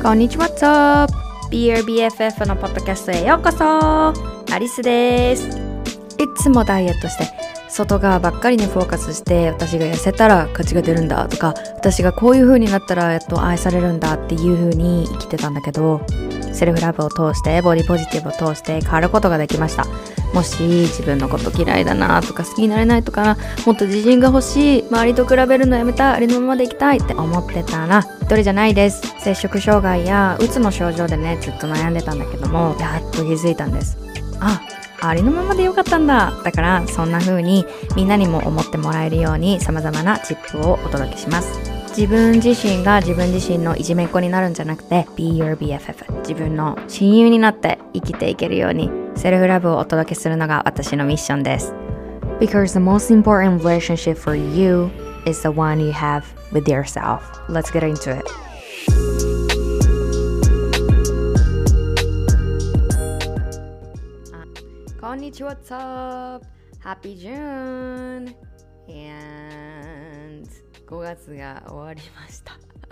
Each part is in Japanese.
こんにちは、What's up? BRBFF のポッドキャストへようこそ。アリスです。いつもダイエットして外側ばっかりにフォーカスして、私が痩せたら価値が出るんだとか、私がこういう風になったらやっと愛されるんだっていう風に生きてたんだけど、セルフラブを通してボディポジティブを通して変わることができました。もし自分のこと嫌いだなとか好きになれないとか、もっと自信が欲しい、周りと比べるのやめたい、ありのままでいきたいって思ってたら一人じゃないです。摂食障害やうつの症状でね、ずっと悩んでたんだけども、やっと気づいたんです。ありのままでよかったんだ。だからそんな風にみんなにも思ってもらえるように様々なチップをお届けします。自分自身が自分自身のいじめっ子になるんじゃなくて Be your BFF、 自分の親友になって生きていけるようにセルフラブをお届けするのが私のミッションです。 Because the most important relationship for you is the one you have with yourself. Let's get into it. Konnichiwa, what's up? Happy June! And 5月が終わりました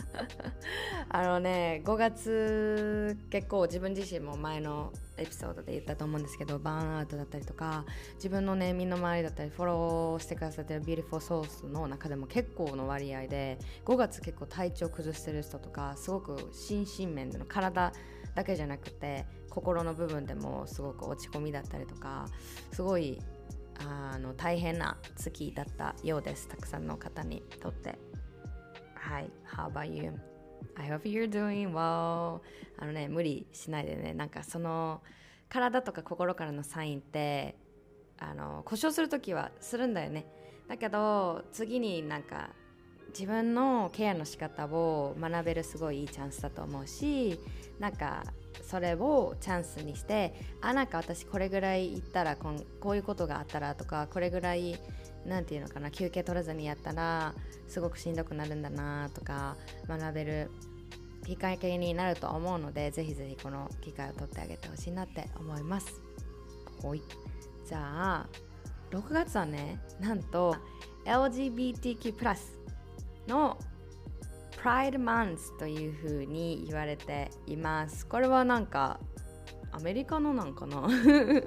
5月結構自分自身も前のエピソードで言ったと思うんですけど、バーンアウトだったりとか、自分のね、身の回りだったりフォローしてくださってる Beautiful Souls の中でも結構の割合で5月結構体調崩してる人とか、すごく心身面での体だけじゃなくて心の部分でもすごく落ち込みだったりとか、すごい大変な月だったようです。たくさんの方にとって。はい、How about you? I hope you're doing well. 無理しないでね。なんかその体とか心からのサインって故障するときはするんだよね。だけど次になんか自分のケアの仕方を学べるすごいいいチャンスだと思うし、なんかそれをチャンスにして、なんか私これぐらい行ったらこういうことがあったらとか、これぐらいなんていうのかな、休憩取らずにやったらすごくしんどくなるんだなとか学べるきっかけになると思うので、ぜひぜひこの機会を取ってあげてほしいなって思います。はい、じゃあ6月はね、なんと LGBTQ+ のプライドマンスという風に言われています。これはなんかアメリカのなんかな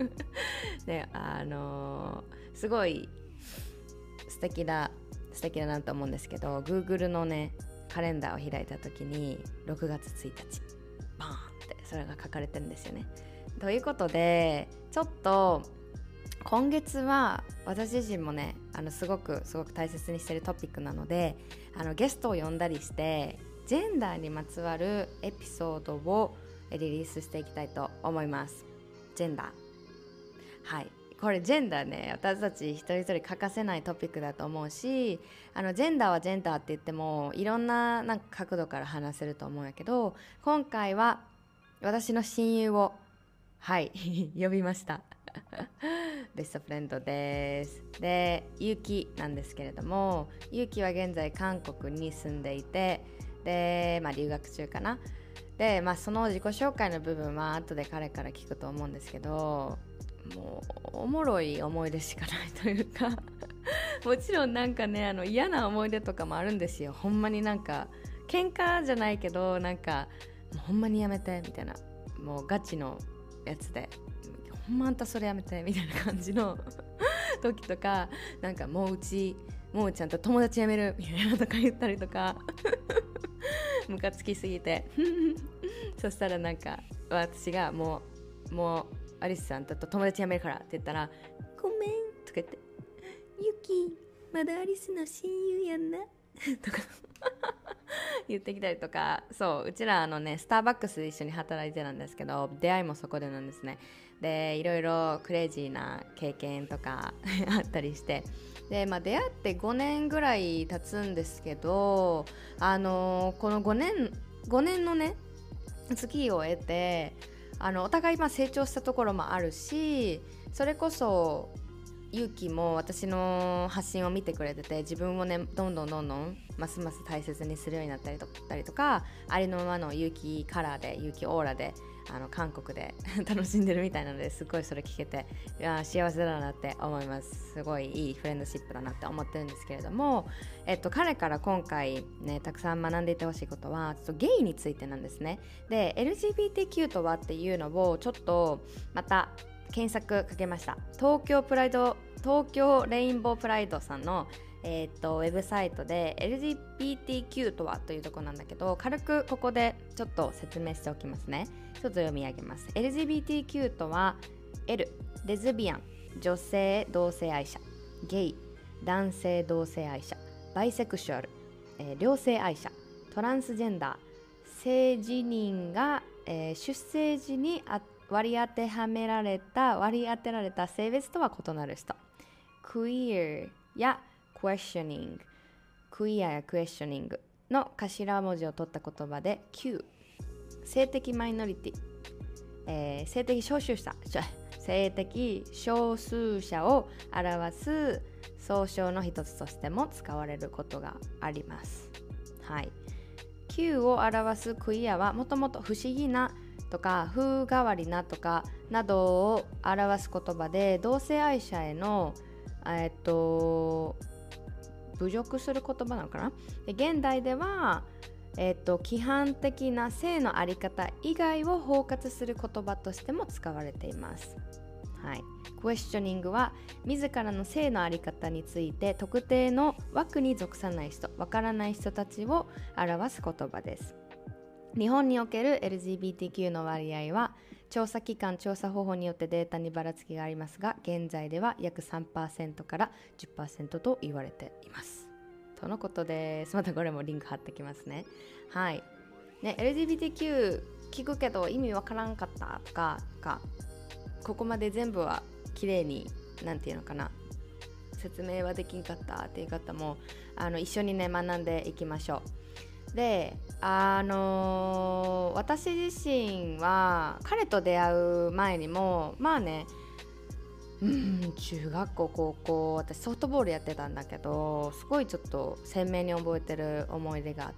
ですごい素敵だなと思うんですけど、 Google のねカレンダーを開いた時に6月1日バーンってそれが書かれてるんですよね。ということで、ちょっと今月は私自身もねすごく大切にしてるトピックなので、ゲストを呼んだりしてジェンダーにまつわるエピソードをリリースしていきたいと思います。ジェンダー、はい、これジェンダーね、私たち一人一人欠かせないトピックだと思うし、ジェンダーはジェンダーって言ってもいろんな角度から話せると思うんやけど、今回は私の親友を呼びましたベストフレンドです。で、ゆうきなんですけれども、ゆうきは現在韓国に住んでいて、で、留学中かな。で、その自己紹介の部分は後で彼から聞くと思うんですけど、もうおもろい思い出しかないというかもちろんなんかね、嫌な思い出とかもあるんですよ。ほんまになんか喧嘩じゃないけど、なんかもうほんまにやめてみたいな、もうガチのやつで、ほんまあんたそれやめてみたいな感じの時とか、なんかもうちゃんと友達やめるみたいなとか言ったりとかムカつきすぎてそしたらなんか私がもうアリスさんと友達やめるからって言ったら、ごめんとか言って、ユキまだアリスの親友やんなとか言ってきたりとか。そう、うちらスターバックスで一緒に働いてたんですけど、出会いもそこでなんですね。で、いろいろクレイジーな経験とかあったりして、で、出会って5年ぐらい経つんですけど、この5年のね月を得てお互い成長したところもあるし、それこそゆうきも私の発信を見てくれてて、自分をねどんどんますます大切にするようになったりとか、ありのままのゆうきカラーで、ゆうきオーラで韓国で楽しんでるみたいなので、すごいそれ聞けて、いや幸せだなって思います。すごいいいフレンドシップだなって思ってるんですけれども、彼から今回ねたくさん学んでいってほしいことはちょっとゲイについてなんですね。で LGBTQ とはっていうのをちょっとまた検索かけました。東京レインボープライドさんのウェブサイトで LGBTQ とはというところなんだけど、軽くここでちょっと説明しておきますね。ちょっと読み上げます。 LGBTQ とは L レズビアン女性同性愛者、ゲイ男性同性愛者、バイセクシュアル、両性愛者、トランスジェンダー、性自認が、出生時に割り当てられた性別とは異なる人、クイアやクエスチョニングの頭文字を取った言葉で Q、 性的マイノリティ、性的少数者を表す総称の一つとしても使われることがあります。はい、Q を表すクイアはもともと不思議なとか風変わりなとかなどを表す言葉で、同性愛者への侮辱する言葉なのかな。で現代では、規範的な性のあり方以外を包括する言葉としても使われています。はい、クエスチョニングは自らの性のあり方について特定の枠に属さない人、わからない人たちを表す言葉です。日本における LGBTQ の割合は調査機関調査方法によってデータにばらつきがありますが、現在では約 3% から 10% と言われていますとのことです。またこれもリンク貼ってきますね。はいね、LGBTQ 聞くけど意味わからんかったとかここまで全部は綺麗になんていうのかな、説明はできんかったっていう方も一緒にね学んでいきましょう。で私自身は彼と出会う前にもまあね、中学校高校私ソフトボールやってたんだけど、すごいちょっと鮮明に覚えてる思い出があって、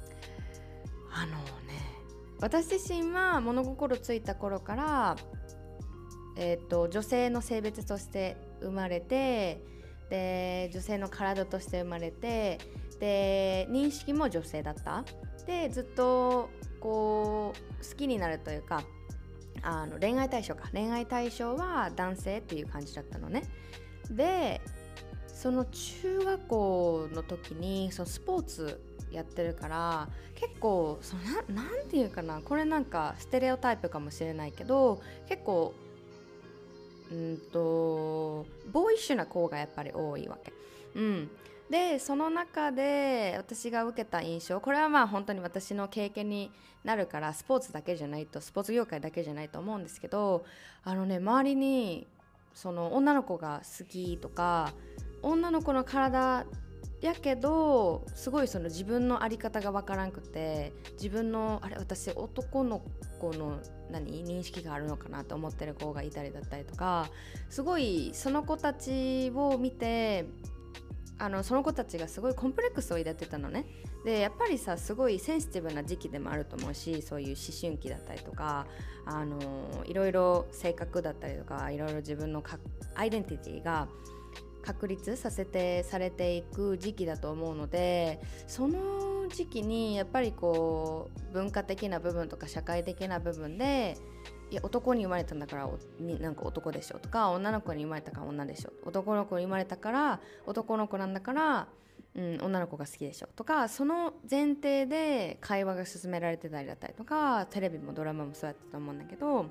私自身は物心ついた頃から、女性の性別として生まれて、で女性の体として生まれて、で認識も女性だった。でずっとこう好きになるというか恋愛対象は男性っていう感じだったのね。でその中学校の時にそのスポーツやってるから結構なんていうかな、これなんかステレオタイプかもしれないけど、結構ボーイッシュな子がやっぱり多いわけ。でその中で私が受けた印象、これはまあ本当に私の経験になるからスポーツ業界だけじゃないと思うんですけど、周りにその女の子が好きとか、女の子の体やけどすごいその自分の在り方がわからんくて、自分の私男の子の認識があるのかなと思ってる子がいたりだったりとか、すごいその子たちを見てその子たちがすごいコンプレックスを抱いてたのね。でやっぱりさすごいセンシティブな時期でもあると思うし、そういう思春期だったりとかいろいろ性格だったりとか、いろいろ自分のアイデンティティが確立されていく時期だと思うので、その時期にやっぱりこう文化的な部分とか社会的な部分で、いや男に生まれたんだからなんか男でしょとか、女の子に生まれたから女でしょ、男の子に生まれたから男の子なんだから、女の子が好きでしょとか、その前提で会話が進められてたりだったりとか、テレビもドラマもそうやったと思うんだけど、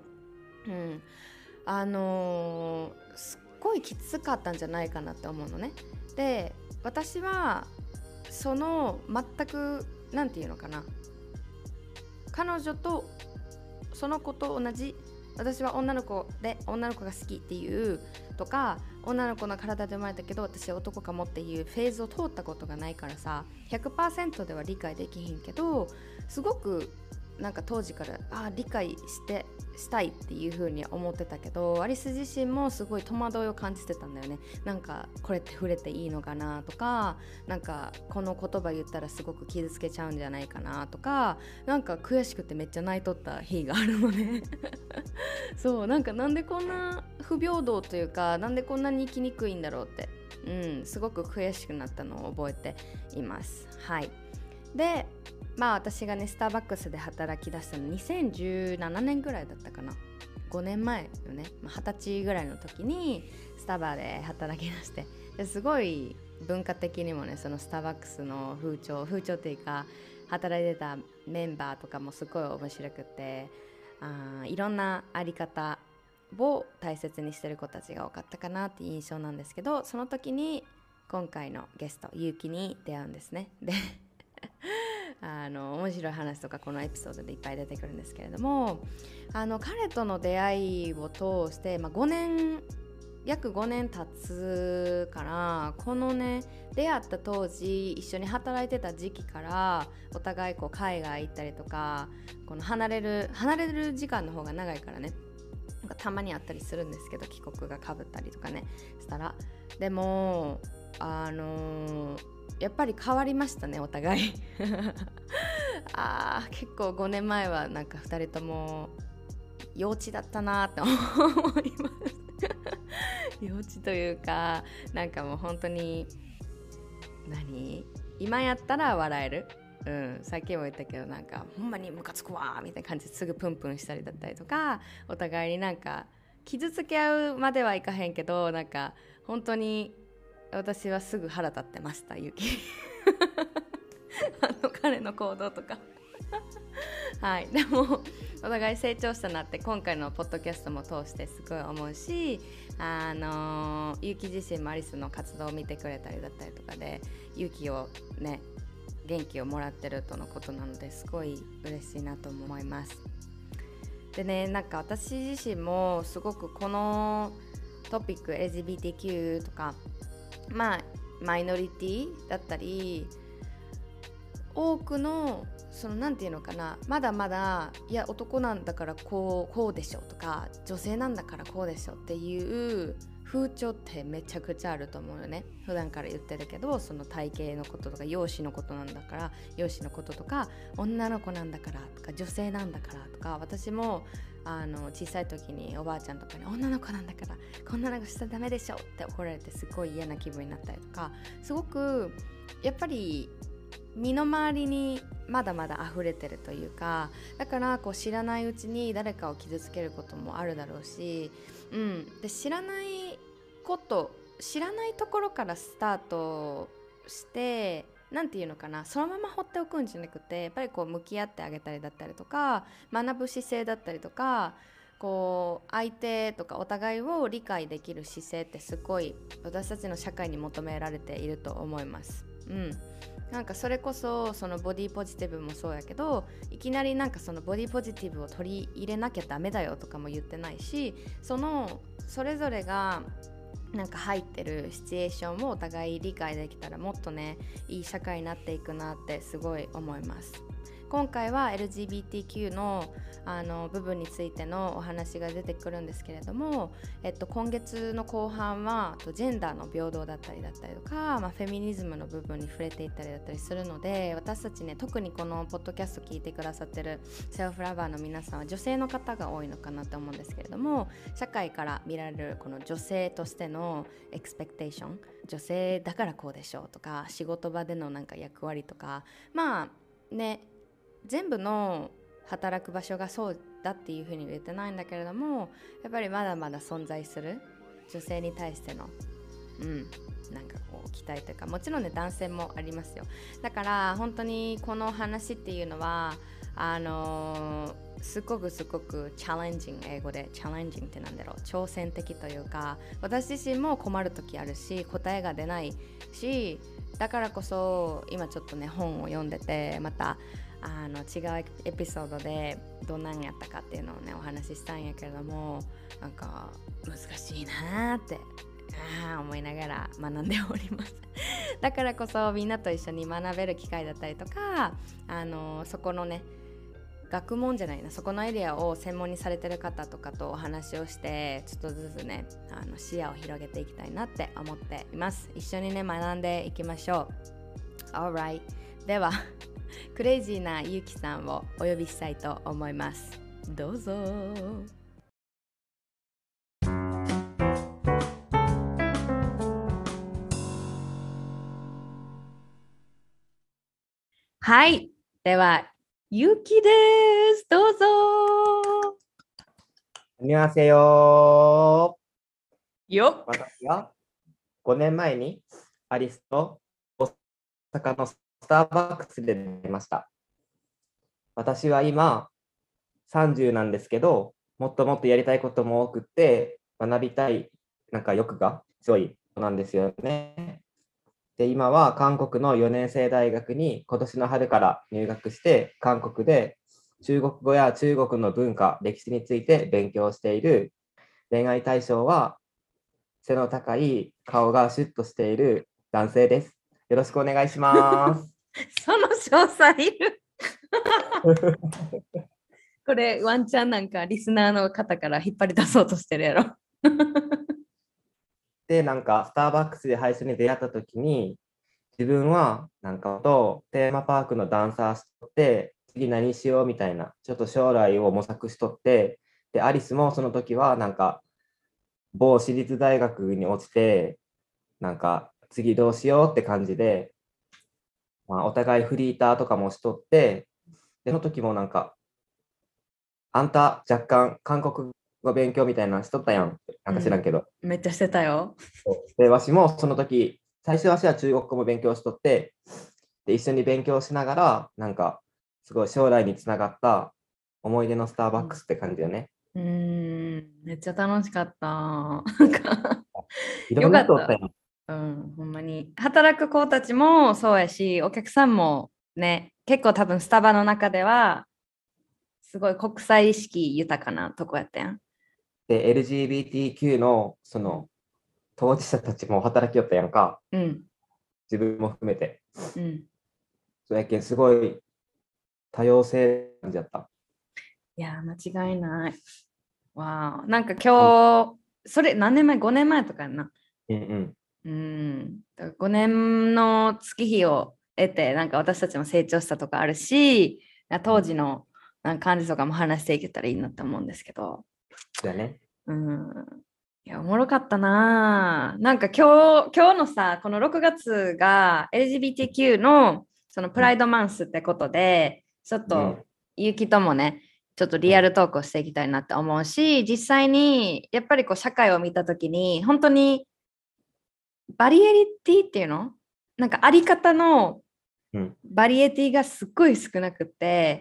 すっごいきつかったんじゃないかなって思うのね。で私はその全くなんていうのかな、彼女とその子と同じ、私は女の子で女の子が好きっていうとか、女の子の体で生まれたけど私は男かもっていうフェーズを通ったことがないからさ 100% では理解できひんけど、すごくなんか当時から理解したいっていう風に思ってたけど、アリス自身もすごい戸惑いを感じてたんだよね。なんかこれって触れていいのかなとか、なんかこの言葉言ったらすごく傷つけちゃうんじゃないかなとか、なんか悔しくてめっちゃ泣いとった日があるのねそうなんでこんな不平等というか、なんでこんなに生きにくいんだろうって、すごく悔しくなったのを覚えています。はい。で私がねスターバックスで働き出したの2017年ぐらいだったかな。5年前よね。20歳ぐらいの時にスタバで働き出して、ですごい文化的にもね、そのスターバックスの風潮っていうか、働いてたメンバーとかもすごい面白くて、いろんなあり方を大切にしてる子たちが多かったかなっていう印象なんですけど、その時に今回のゲストゆうきに出会うんですね。で面白い話とかこのエピソードでいっぱい出てくるんですけれども、彼との出会いを通して、約5年経つから、このね出会った当時一緒に働いてた時期からお互い海外行ったりとか、この離れる時間の方が長いからね、なんかたまにあったりするんですけど、帰国がかぶったりとかねしたら、でもやっぱり変わりましたね、お互い結構5年前はなんか2人とも幼稚だったなって思います幼稚というか、なんかもう本当に今やったら笑える、さっきも言ったけど、なんかほんまにムカつくわみたいな感じですぐプンプンしたりだったりとか、お互いになんか傷つけ合うまではいかへんけど、なんか本当に私はすぐ腹立ってました、ゆき彼の行動とかはいでもお互い成長したなって今回のポッドキャストも通してすごい思うし、ゆき自身もアリスの活動を見てくれたりだったりとかで、ゆきをね元気をもらってるとのことなので、すごい嬉しいなと思います。でね、なんか私自身もすごくこのトピック LGBTQ とかマイノリティだったり、多くのなんていうのかな、まだまだいや男なんだからこうでしょとか、女性なんだからこうでしょっていう風潮ってめちゃくちゃあると思うよね。普段から言ってるけど、その体型のこととか容姿のことなんだから、容姿のこととか、女の子なんだからとか、女性なんだからとか、私も小さい時におばあちゃんとかに女の子なんだからこんなのしたらダメでしょって怒られて、すごい嫌な気分になったりとか、すごくやっぱり身の回りにまだまだ溢れてるというか、だから知らないうちに誰かを傷つけることもあるだろうし、で知らないところからスタートして、なんていうのかな、そのまま放っておくんじゃなくて、やっぱり向き合ってあげたりだったりとか、学ぶ姿勢だったりとか、相手とかお互いを理解できる姿勢ってすごい私たちの社会に求められていると思います。なんかそれこそそのボディポジティブもそうやけど、いきなりなんかそのボディポジティブを取り入れなきゃダメだよとかも言ってないし、それぞれがなんか入ってるシチュエーションをお互い理解できたら、もっとねいい社会になっていくなってすごい思います。今回は LGBTQ の部分についてのお話が出てくるんですけれども、今月の後半はジェンダーの平等だったりとか、フェミニズムの部分に触れていったりだったりするので、私たちね、特にこのポッドキャスト聞いてくださってるセルフラバーの皆さんは女性の方が多いのかなと思うんですけれども、社会から見られるこの女性としてのエクスペクテーション、女性だからこうでしょうとか、仕事場でのなんか役割とか、全部の働く場所がそうだっていうふうに言ってないんだけれども、やっぱりまだまだ存在する女性に対してのなんか期待というか、もちろんね男性もありますよ。だから本当にこの話っていうのはすごくチャレンジング、英語でチャレンジングってなんだろう、挑戦的というか、私自身も困る時あるし、答えが出ないし、だからこそ今ちょっとね本を読んでて、また違うエピソードでどんなんやったかっていうのをねお話ししたんやけれども、なんか難しいなって思いながら学んでおりますだからこそみんなと一緒に学べる機会だったりとか、そこのね学問じゃないな、そこのエリアを専門にされてる方とかとお話をして、ちょっとずつね視野を広げていきたいなって思っています。一緒にね学んでいきましょう。 Alright、 ではクレイジーなゆきさんをお呼びしたいと思います。どうぞ。はい、ではゆきです。どうぞ。 안녕하세요。 よっ。 私は5年前にアリスと大阪のスターバックスで出ました。私は今30なんですけど、もっともっとやりたいことも多くて、学びたい欲が強い子なんですよね。で、今は韓国の4年生大学に今年の春から入学して、韓国で中国語や中国の文化、歴史について勉強している。恋愛対象は背の高い顔がシュッとしている男性です。よろしくお願いします。 その詳細いるこれワンチャンなんかリスナーの方から引っ張り出そうとしてるやろで、スターバックスで最初に出会った時に、自分はテーマパークのダンサーしとって、次何しようみたいな、ちょっと将来を模索しとって、で、アリスもその時は某私立大学に落ちて、次どうしようって感じで、お互いフリーターとかもしとって、で、その時もあんた若干韓国語勉強みたいなのしとったやん。知らんけど。 めっちゃしてたよ。 で、わしもその時、最初わしは中国語も勉強しとって、で、一緒に勉強しながら、すごい将来につながった思い出のスターバックスって感じよね。 めっちゃ楽しかった。 いろんな人おったやん。 ほんまに。働く子たちもそうやし、お客さんもね、結構多分スタバの中では、すごい国際意識豊かなとこやったやん。 で、LGBTQ の当事者たちも働きよったやんか。自分も含めて。そうやけん、すごい多様性感じだった。 いや、間違いない。わあ、今日、それ何年前 ?5 年前とかやんな。5年の月日を得て、私たちも成長したとかあるし、当時の感じとかも話していけたらいいなと思うんですけど。 そうやね。 いや、おもろかったな。今日のさ、この6月が LGBTQ のそのプライドマンスってことで、ちょっと、ゆうきともね、ちょっとリアルトークをしていきたいなって思うし、実際にやっぱり社会を見たときに、本当にバリエティっていうのあり方のバリエティがすっごい少なくって、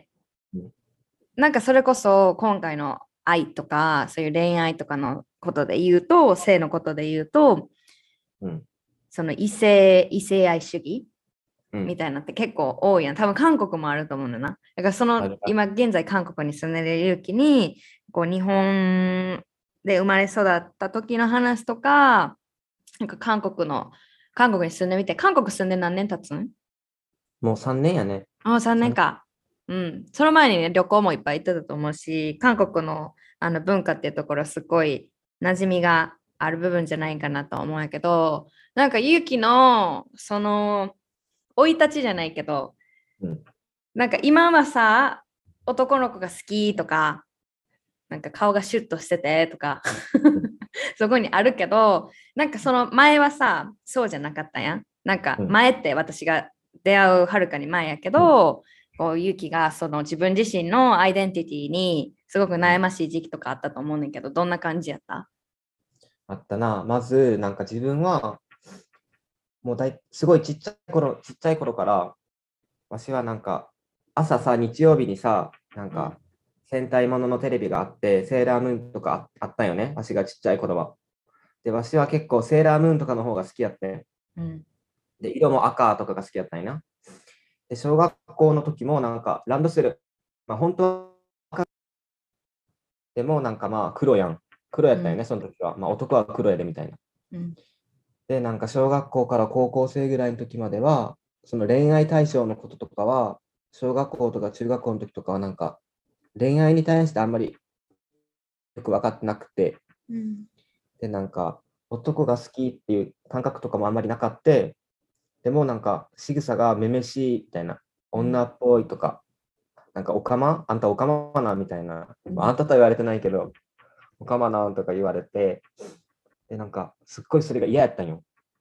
それこそ今回の愛とかそういう恋愛とかのことで言うと、性のことで言うと、その異性愛主義みたいなって結構多いやん。多分韓国もあると思うのな。だから今現在韓国に住んでる勇気に日本で生まれ育った時の話とか、韓国に住んでみて、韓国住んで何年経つん？ もう3年やね。 3年か。その前にね、旅行もいっぱい行ってたと思うし、韓国の文化っていうところすごい馴染みがある部分じゃないかなと思うんやけど、勇気のその生い立ちじゃないけど、今はさ、男の子が好きとか、顔がシュッとしててとかそこにあるけど、その前はさ、そうじゃなかったやん。前って私が出会うはるかに前やけど、ゆきがその自分自身のアイデンティティにすごく悩ましい時期とかあったと思うねんけど、どんな感じやった？ あったな。まず自分はもうすごいちっちゃい頃から、わしは朝さ、日曜日にさ、戦隊もののテレビがあって、セーラームーンとかあったよね、わしがちっちゃい頃は。で、わしは結構セーラームーンとかの方が好きやって。で、色も赤とかが好きやったんやな。で、小学校の時もランドセル、本当は赤でも黒やん。黒やったよね、その時は。男は黒やでみたいな。で、小学校から高校生ぐらいの時までは、その恋愛対象のこととかは、小学校とか中学校の時とかは恋愛に対してあんまりよく分かってなくて、で、なんか、男が好きっていう感覚とかもあんまりなかった。でもなんか、仕草がめめしいみたいな、女っぽいとか、なんか、おかまあんたおかまなみたいな、あんたとは言われてないけど、おかまなとか言われて、で、なんか、すっごいそれが嫌やったんよ。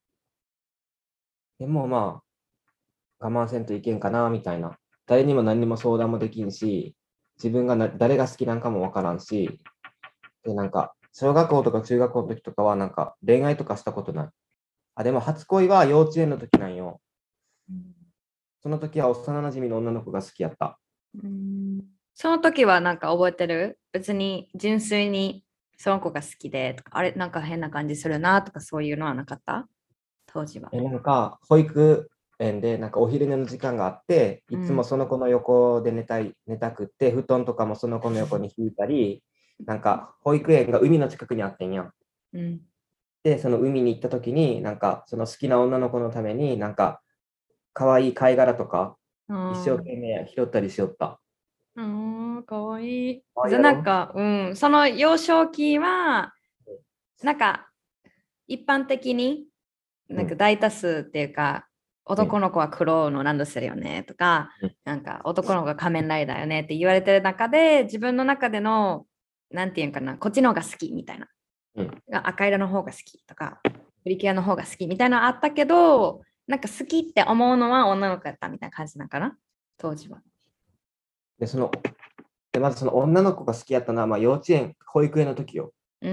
でもまあ、我慢せんといけんかな、みたいな。誰にも何にも相談もできんし、自分が誰が好きなんかもわからんし、で、なんか、小学校とか中学校の時とかは、なんか、恋愛とかしたことない。あ、でも初恋は幼稚園の時なんよ。その時は幼馴染の女の子が好きやった。 その時はなんか覚えてる？別に純粋にその子が好きでとか、あれなんか変な感じするなとかそういうのはなかった？当時は。 なんか、保育園で、なんかお昼寝の時間があって、いつもその子の横で寝たくって、布団とかもその子の横に引いたり、なんか、保育園が海の近くにあってんや。で、その海に行った時に、なんか、その好きな女の子のために、なんか、可愛い貝殻とか、一生懸命拾ったりしよった。 かわいい。じゃ可愛いやろ。 なんか、その幼少期は、なんか一般的になんかうん。 大多数っていうか、 うん。 男の子は黒のランドセルよねとか、なんか男の子が仮面ライダーよねって言われてる中で、自分の中での、なんていうかな、こっちの方が好きみたいな。 うん。 赤色の方が好きとか、プリキュアの方が好きみたいなのあったけど、なんか好きって思うのは女の子やったみたいな感じなんかな、当時は。 で、まずその女の子が好きやったのは、まあ、幼稚園、保育園の時よ。 うん。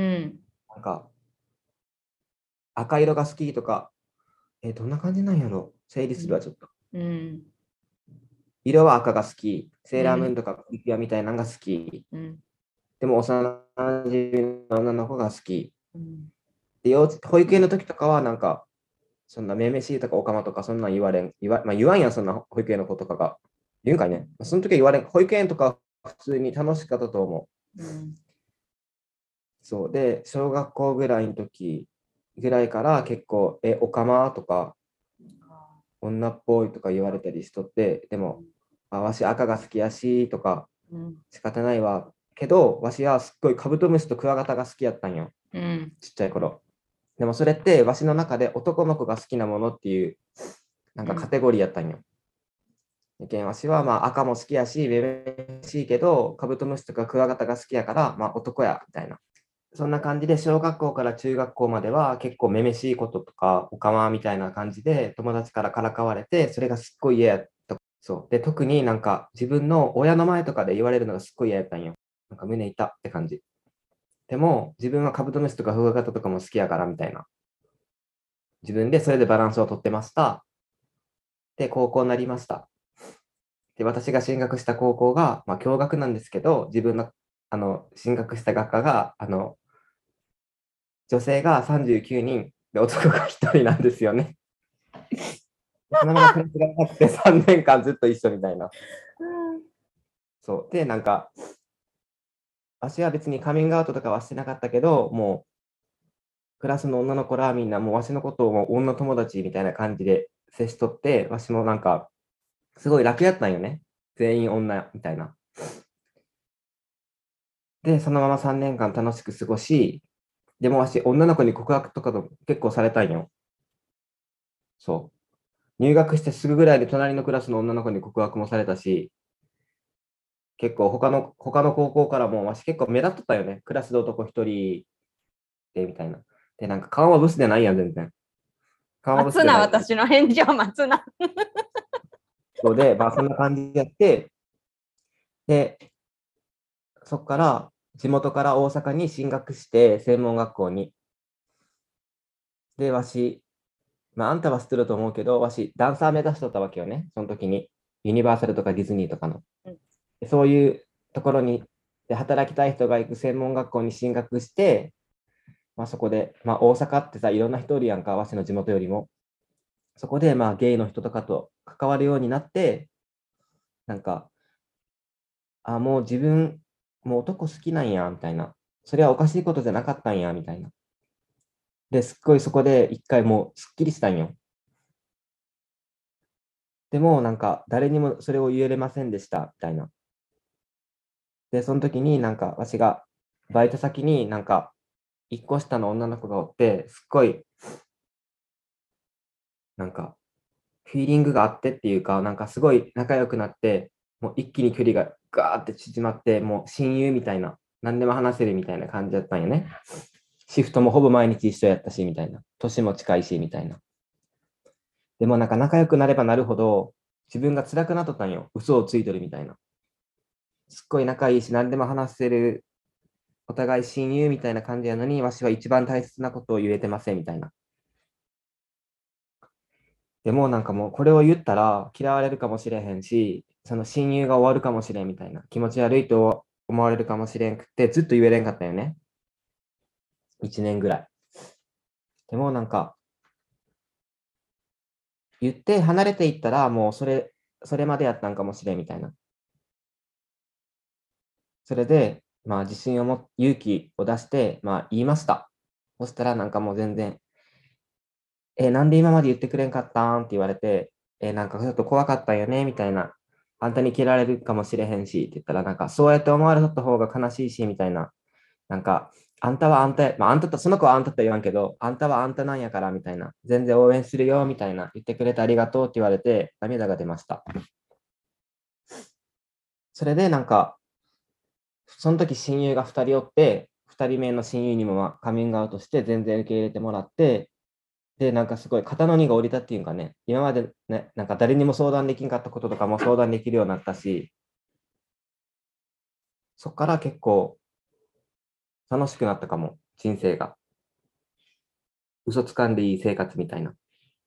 なんか、赤色が好きとか、どんな感じなんやろ整理するわ、ちょっと。 うん。 色は赤が好き。セーラームーンうん。 とかプリキュアみたいなのが好き。 うん。 でも幼馴染の女の子が好き。 うん。 で、保育園の時とかは、なんか、そんなめめしいとかおかまとかそんなん言われん。まあ、言わんやん、そんな保育園の子とかが。言うんかいね。その時は言われん。保育園とか普通に楽しかったと思う。 うん。 そうで、小学校ぐらいの時ぐらいから結構、おかまとか、女っぽいとか言われたりしとって、でも、わし赤が好きやしとか、 うん。 仕方ないわ。けど、わしはすっごいカブトムシとクワガタが好きやったんよ。 うん。 ちっちゃい頃。でもそれって、わしの中で男の子が好きなものっていう、なんかカテゴリーやったんよ。わしはまあ赤も好きやし、めめしいけど、カブトムシとかクワガタが好きやから、まあ男や、みたいな。そんな感じで、小学校から中学校までは結構めめしいこととか、おかまみたいな感じで友達からからかわれて、それがすっごい嫌やった。そう。で、特になんか自分の親の前とかで言われるのがすっごい嫌やったんよ。なんか胸痛って感じ。でも、自分はカブトムシとかフグガタとかも好きやからみたいな。自分でそれでバランスをとってました。で、高校になりました。で、私が進学した高校が、まあ、共学なんですけど、自分の進学した学科が、女性が39人で男が1人なんですよね。そのままクラスがなくて3年間ずっと一緒みたいな。そう。で、なんか、私は別にカミングアウトとかはしてなかったけど、もう、クラスの女の子らみんな、もうわしのことをもう女友達みたいな感じで接しとって、わしもなんか、すごい楽やったんよね。全員女みたいな。で、そのまま3年間楽しく過ごし、でもわし、女の子に告白とかと結構されたんよ。そう。入学してすぐぐらいで隣のクラスの女の子に告白もされたし、結構他の高校からも、わし結構目立っとったよね。クラスで男一人で、みたいな。で、なんか顔はブスでないやん、全然。顔はブス待つな、 でない。 私の返事を待つな。 そうで、まあそんな感じでやって、で、そこから地元から大阪に進学して、専門学校に。で、わし、まああんたは知ってると思うけど、わし、ダンサー目指しとったわけよね、その時に。ユニバーサルとかディズニーとかの。そういうところにで働きたい人が行く専門学校に進学して、まあ、そこで、まあ、大阪ってさ、いろんな人おるやんか、わしの地元よりも。そこで、まあ、ゲイの人とかと関わるようになって、なんか、もう自分、もう男好きなんや、みたいな。それはおかしいことじゃなかったんや、みたいな。で、すっごいそこで一回もうすっきりしたんよ。でも、なんか、誰にもそれを言えれませんでした、みたいな。 で、その時になんか、わしがバイト先になんか、一個下の女の子がおって、すっごい、なんか、フィーリングがあってっていうか、なんかすごい仲良くなって、もう一気に距離がガーって縮まって、もう親友みたいな、何でも話せるみたいな感じだったんよね。シフトもほぼ毎日一緒やったし、みたいな。年も近いし、みたいな。でもなんか仲良くなればなるほど、自分が辛くなっとったんよ。嘘をついとるみたいな。すっごい仲いいし、何でも話せる、お互い親友みたいな感じやのに、わしは一番大切なことを言えてません、みたいな。でもなんかもうこれを言ったら嫌われるかもしれへんし、その親友が終わるかもしれんみたいな、気持ち悪いと思われるかもしれんくって、ずっと言えれんかったよね。1年ぐらい。でもなんか、言って離れていったら、もうそれまでやったんかもしれんみたいな。それで、まあ自信を勇気を出して、まあ言いました。そしたらなんかもう全然、なんで今まで言ってくれんかったんって言われて、なんかちょっと怖かったよね、みたいな。あんたに嫌われるかもしれへんし、って言ったら、なんかそうやって思われとった方が悲しいし、みたいな。なんか、あんたはあんた、まあ、あんたと、その子はあんたと言わんけど、あんたはあんたなんやから、みたいな。全然応援するよ、みたいな。言ってくれてありがとうって言われて、涙が出ました。それで、なんか、その時親友が2人おって、2人目の親友にもまあカミングアウトして、全然受け入れてもらって、で、なんかすごい肩の荷が下りたっていうかね、今までね、なんか誰にも相談できんかったこととかも相談できるようになったし、そこから結構楽しくなったかも、人生が。嘘つかんでいい生活みたいな。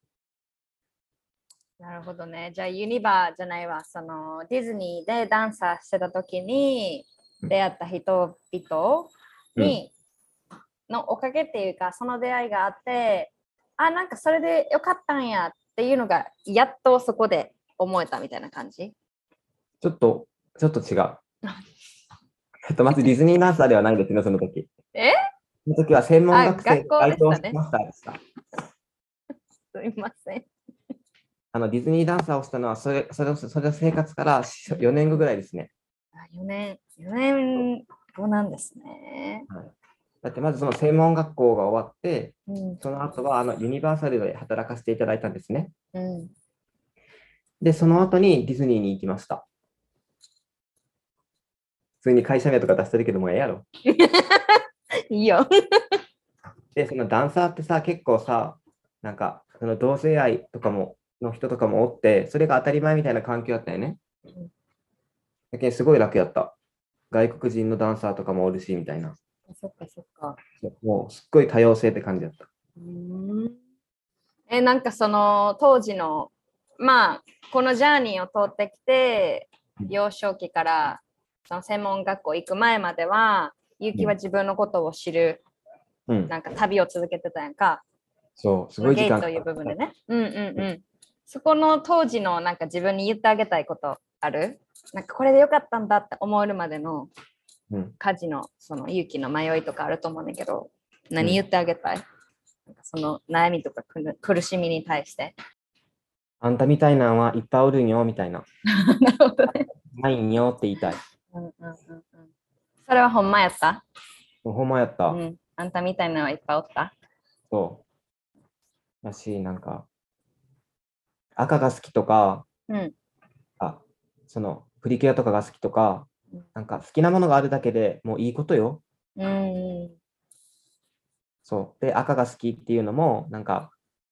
なるほどね。じゃあユニバーじゃないわ。そのディズニーでダンサーしてた時に出会った人々 うん。 に、のおかげっていうか、その出会いがあって、あ、なんかそれでよかったんやっていうのが、やっとそこで思えたみたいな感じ。 ちょっと、ちょっと違う。まずディズニーダンサーではないですね、その時。 えその時は専門あ、 学生学校でバイトをでしたね。 してましたでした。 すいません。 ディズニーダンサーをしたのはそれの生活から4年後ぐらいですね。 あ、4年後なんですね。 はい、だってまずその専門学校が終わって、 うん。 その後はユニバーサルで働かせていただいたんですね。 うん。 で、その後にディズニーに行きました。普通に会社名とか出してるけどもええやろ。 いいよ。 で、そのダンサーってさ、結構さ、なんか、その同性愛とかも、の人とかもおって、それが当たり前みたいな環境だったよね。だけどすごい楽やった。外国人のダンサーとかもおるし、みたいな。 そっかそっか。 もう、すっごい多様性って感じだった。 なんかその当時の、まあ、このジャーニーを通ってきて、幼少期からその専門学校行く前までは、ゆうきは自分のことを知る、 うん。 なんか旅を続けてたやんか。 そう、すそのごい時間ゲイという部分でね。うんうんうん。そこの当時のなんか自分に言ってあげたいことある？なんかこれでよかったんだって思えるまでのうん。 家事のその勇気の迷いとかあると思うんだけど、何言っうん。 てあげたい？なんかその悩みとか苦しみに対して。 あんたみたいなんはいっぱいおるんよ、みたいな。 なるほどね。 ないんよって言いたい。 うんうんうんうん。それはほんまやった？ もうほんまやった。 うん。あんたみたいなのはいっぱいおった？ そう。だし、なんか、赤が好きとか、 うん。 あ、プリキュアとかが好きとか、なんか好きなものがあるだけでもういいことよ。 うん。 そう。で、赤が好きっていうのも、なんか、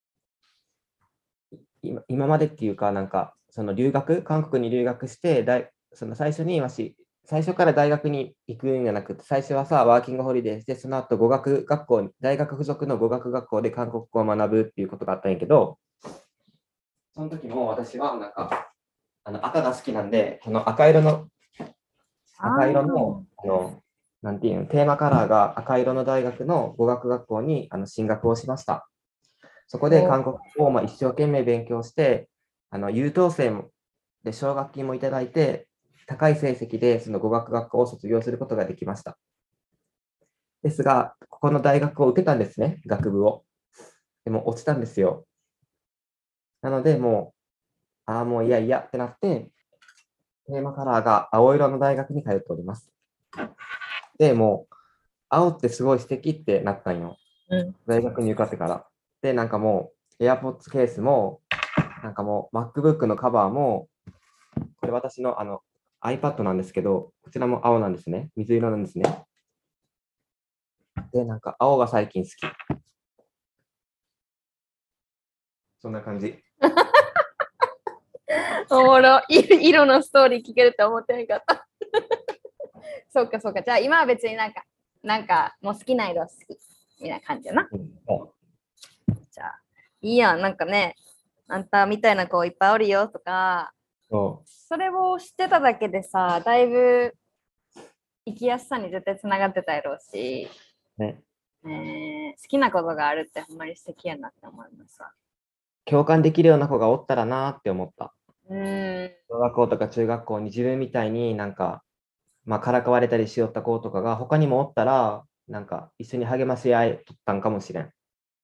今までっていうか、なんか、韓国に留学して、最初に最初から大学に行くんじゃなくて、最初はさ、ワーキングホリデーして、その後語学学校に、大学附属の語学学校で韓国語を学ぶっていうことがあったんやけど、その時も私は、なんか、赤が好きなんで、このあ赤色の、 あ。 なんていうの、テーマカラーが赤色の大学の語学学校に進学をしました。そこで韓お、 国語を一生懸命勉強して、優等生で奨学金もいただいて、高い成績でその語学学校を卒業することができました。ですが、ここの大学を受けたんですね、学部を。でも落ちたんですよ。なので、もういやいやってなって、テーマカラーが青色の大学に通っております。 で、もう、青ってすごい素敵ってなったんよ。 うん。 大学に受かってから。で、なんかもう、AirPods ケースも、なんかもう、MacBook のカバーも、これ私のiPad なんですけど、こちらも青なんですね。水色なんですね。で、なんか青が最近好き。そんな感じ。 おもろ。色のストーリー聞けるって思ってなかった。そうかそうか。じゃあ今は別になんかもう好きな色好き。みたいな感じやな。 うん、そじゃあ、いいやん。なんかね、あんたみたいな子いっぱいおるよとか、 そそれを知ってただけでさ、だいぶ生きやすさに絶対つながってたやろうし、 うね。 好きなことがあるってほんまに素敵やなって思いますわ。 共感できるような子がおったらなって思った。 うーん、 小学校とか中学校に自分みたいになんか、まあ、からかわれたりしよった子とかが他にもおったら、なんか一緒に励まし合いとったんかもしれん。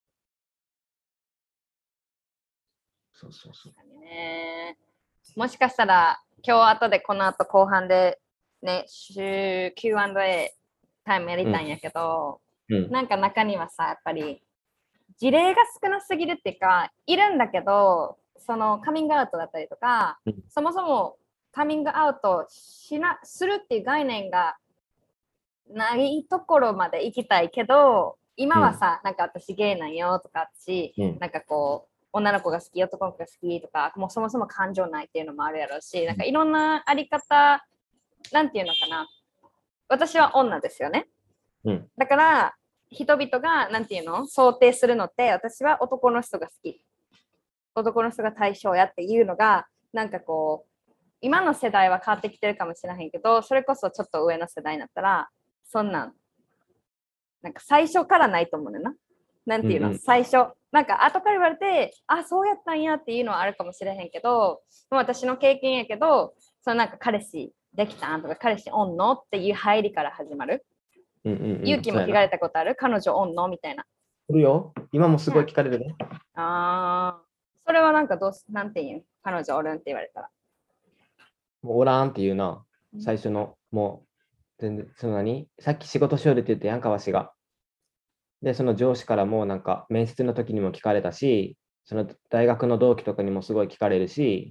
そうそうそう。 ね。もしかしたら今日後でこの後後半でね、Q&A タイムやりうん。 たいんやけど、 うん。 なんか中にはさ、やっぱり事例が少なすぎるっていうか、いるんだけど、そのカミングアウトだったりとか、 うん。 そもそもカミングアウトするっていう概念がないところまで行きたいけど、今うん。 はさ、なんか私ゲイなんよとか私、 うん。 なんかこう、女の子が好き、男の子が好きとか、もうそもそも感情ないっていうのもあるやろうし、なんかいろんなあり方、なんていうのかな。私は女ですよね。 うん。 だから、人々が、なんていうの想定するのって、私は男の人が好き。男の人が対象やっていうのが、なんかこう、今の世代は変わってきてるかもしれへんけど、それこそちょっと上の世代になったら、そんなんなんか最初からないと思うねんな。なんていうのうん。 最初。なんか後から言われて、あ、そうやったんやっていうのはあるかもしれへんけど、私の経験やけど、そのなんか彼氏できたんとか彼氏おんのっていう入りから始まる。 うん。うん。うん。 勇気も聞かれそうやな。 たことある彼女おんのみたいな。 来るよ。今もすごいうん。 聞かれるね。 ああ。それはなんかなんて言う彼女おるんって言われたら。 もうおらんっていうな。 うん。 最初の、もう、全然、その何さっき仕事しよるって言ってやんかわしが。で、その上司からもなんか面接の時にも聞かれたし、その大学の同期とかにもすごい聞かれるし、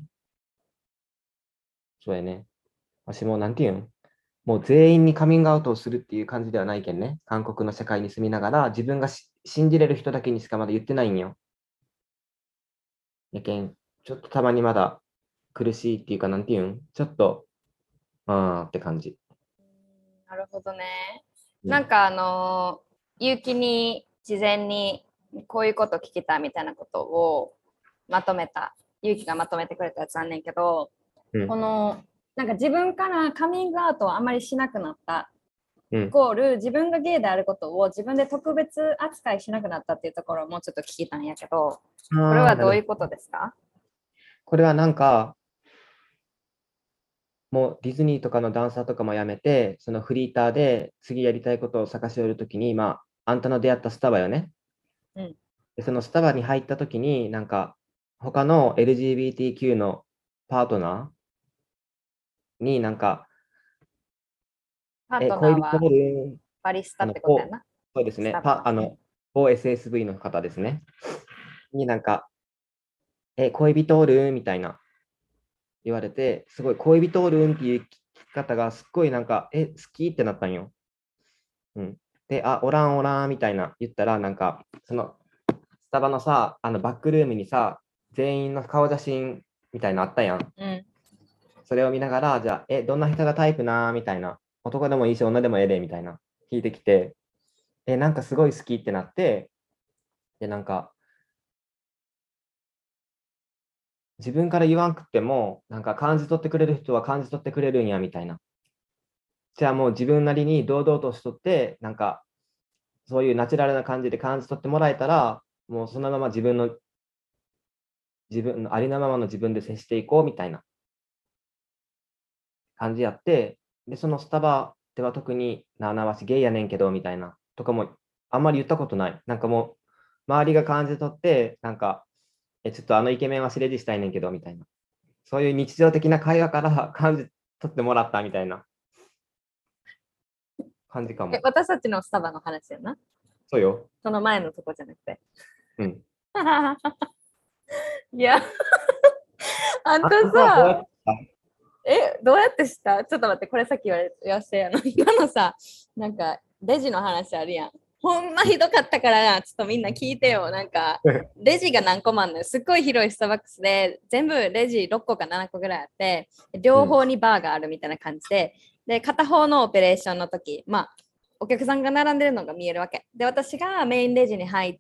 そうやね。わしもなんていうん、もう全員にカミングアウトをするっていう感じではないけんね。韓国の社会に住みながら、自分が信じれる人だけにしかまだ言ってないんよ。やけん、ちょっとたまにまだ苦しいっていうか、なんていうん、ちょっと、って感じ。 なるほどね。 うん。 なんか結城に事前にこういうこと聞きたみたいなことをまとめた、勇気がまとめてくれたやつなんねんけど、 うん。 この、なんか自分からカミングアウトをあまりしなくなった、イうん。 コール自分がゲイであることを自分で特別扱いしなくなったっていうところをもうちょっと聞きたんやけど、これああ、なるほど。 はどういうことですか？ これはなんか、もうディズニーとかのダンサーとかもやめて、そのフリーターで次やりたいことを探し寄るときに、まあ、あんたの出会ったスタバよね。 うん。 で、そのスタバに入ったときに、なんか、他の LGBTQ のパートナーになんか、 パートナーは恋人おるバリスタってことやな。 そうですね、 スタバの。うん。 OSSV の方ですね。になんか、恋人おるみたいな言われて、すごい恋人おるんっていう聞き方がすっごいなんか、好きってなったんよ。うん。で、おらんおらんみたいな言ったら、なんか、そのスタバのさ、バックルームにさ、全員の顔写真みたいなのあったやん。 うん。 それを見ながら、じゃあ、どんな人がタイプなみたいな。男でもいいし、女でもええで、みたいな。聞いてきて、なんかすごい好きってなって、で、なんか、自分から言わんくっても、なんか感じ取ってくれる人は感じ取ってくれるんや、みたいな。じゃあもう自分なりに堂々としとって、なんか、そういうナチュラルな感じで感じ取ってもらえたら、もうそのまま自分のありのままの自分で接していこうみたいな感じやって、で、そのスタバでは特に、なわしゲイやねんけど、みたいな、とかもあんまり言ったことない。なんかもう、周りが感じ取って、なんか、ちょっとあのイケメンはレジしたいねんけど、みたいな。そういう日常的な会話から感じ取ってもらったみたいな。 感じかも。 私たちのスタバの話やな。 そうよ。 その前のとこじゃなくて。 うん。 いや、あんたあんたはどうやっさ、 てた？ どうやってしたちょっと待って、これさっき言わせて今のさ、なんか、レジの話あるやん。ほんまひどかったから、ちょっとみんな聞いてよ。なんか、レジが何個もあんのよ。すっごい広いスターバックスで、全部レジ6個か7個ぐらいあって、両方にバーがあるみたいな感じで、で、片方のオペレーションの時、まあ、お客さんが並んでるのが見えるわけ。で、私がメインレジに入って、